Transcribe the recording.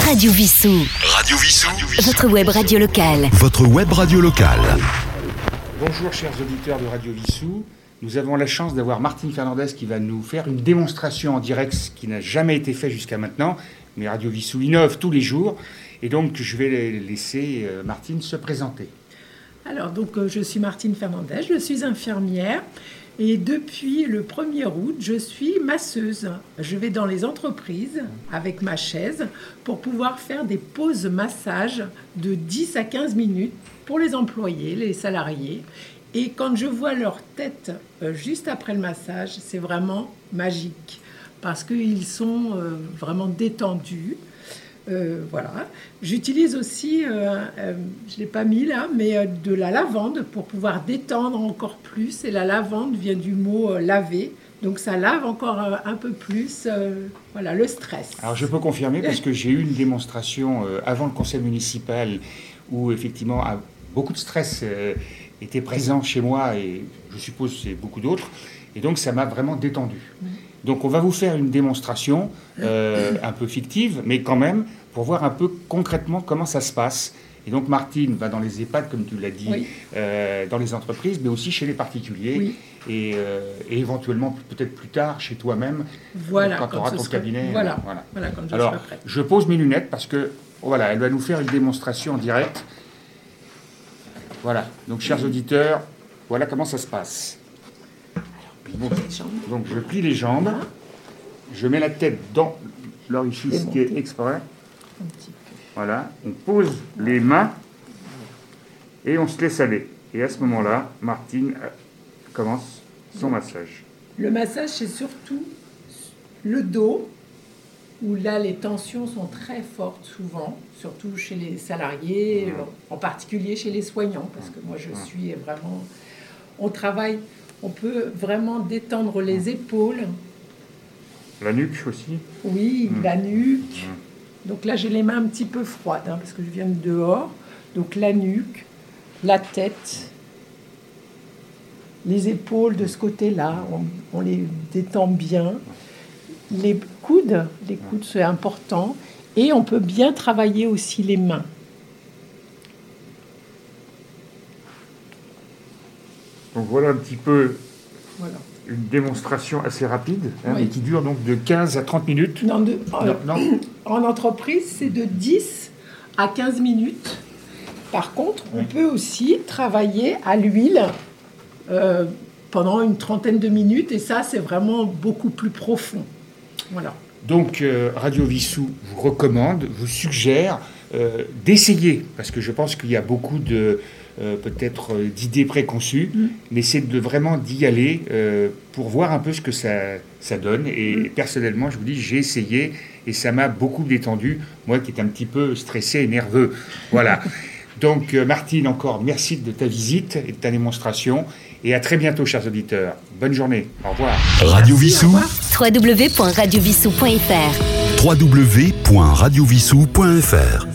Radio Vissou. Radio Vissou. Votre web radio locale. Votre web radio locale. Bonjour chers auditeurs de Radio Vissou. Nous avons la chance d'avoir Martine Fernandez qui va nous faire une démonstration en direct, ce qui n'a jamais été fait jusqu'à maintenant. Mais Radio Vissou innove tous les jours. Et donc je vais laisser Martine se présenter. Alors je suis Martine Fernandez, je suis infirmière. Et depuis le 1er août, je suis masseuse. Je vais dans les entreprises avec ma chaise pour pouvoir faire des pauses massage de 10 à 15 minutes pour les employés, les salariés. Et quand je vois leur tête juste après le massage, c'est vraiment magique parce qu'ils sont vraiment détendus. Voilà. J'utilise aussi, je ne l'ai pas mis là, mais de la lavande pour pouvoir détendre encore plus. Et la lavande vient du mot laver. Donc ça lave encore un peu plus le stress. Alors je peux confirmer parce que j'ai eu une démonstration avant le conseil municipal où effectivement beaucoup de stress était présent chez moi et je suppose c'est beaucoup d'autres. Et donc ça m'a vraiment détendu. Donc on va vous faire une démonstration un peu fictive, mais quand même, pour voir un peu concrètement comment ça se passe. Et donc Martine va dans les EHPAD, comme tu l'as dit, oui. Dans les entreprises, mais aussi chez les particuliers. Oui. Et éventuellement, peut-être plus tard, chez toi-même, quand tu auras ton cabinet. Voilà, quand je serai prête. Je pose mes lunettes parce que, voilà, elle va nous faire une démonstration en direct. Voilà, donc chers auditeurs, voilà comment ça se passe. Donc je plie les jambes, je mets la tête dans l'orifice qui est exprès. Voilà, on pose les mains et on se laisse aller. Et à ce moment-là, Martine commence son massage. Le massage, c'est surtout le dos, où là les tensions sont très fortes souvent, surtout chez les salariés, en particulier chez les soignants, parce que moi je suis vraiment... On travaille... On peut vraiment détendre les épaules. La nuque aussi ? Oui, la nuque. Donc là, j'ai les mains un petit peu froides, parce que je viens de dehors. Donc la nuque, la tête, les épaules de ce côté-là, on les détend bien. Les coudes, c'est important. Et on peut bien travailler aussi les mains. Donc voilà un petit peu une démonstration assez rapide, mais qui dure donc de 15 à 30 minutes. Non. En entreprise, c'est de 10 à 15 minutes. Par contre, on peut aussi travailler à l'huile pendant une trentaine de minutes, et ça, c'est vraiment beaucoup plus profond. Voilà. Donc, Radio Vissou vous recommande, vous suggère d'essayer, parce que je pense qu'il y a beaucoup de... peut-être d'idées préconçues, mais c'est vraiment d'y aller pour voir un peu ce que ça donne. Et personnellement, je vous dis, j'ai essayé et ça m'a beaucoup détendu, moi qui étais un petit peu stressé et nerveux. Voilà. Donc, Martine, encore merci de ta visite et de ta démonstration. Et à très bientôt, chers auditeurs. Bonne journée. Au revoir. Radio Vissou. www.radiovissou.fr www.radiovissou.fr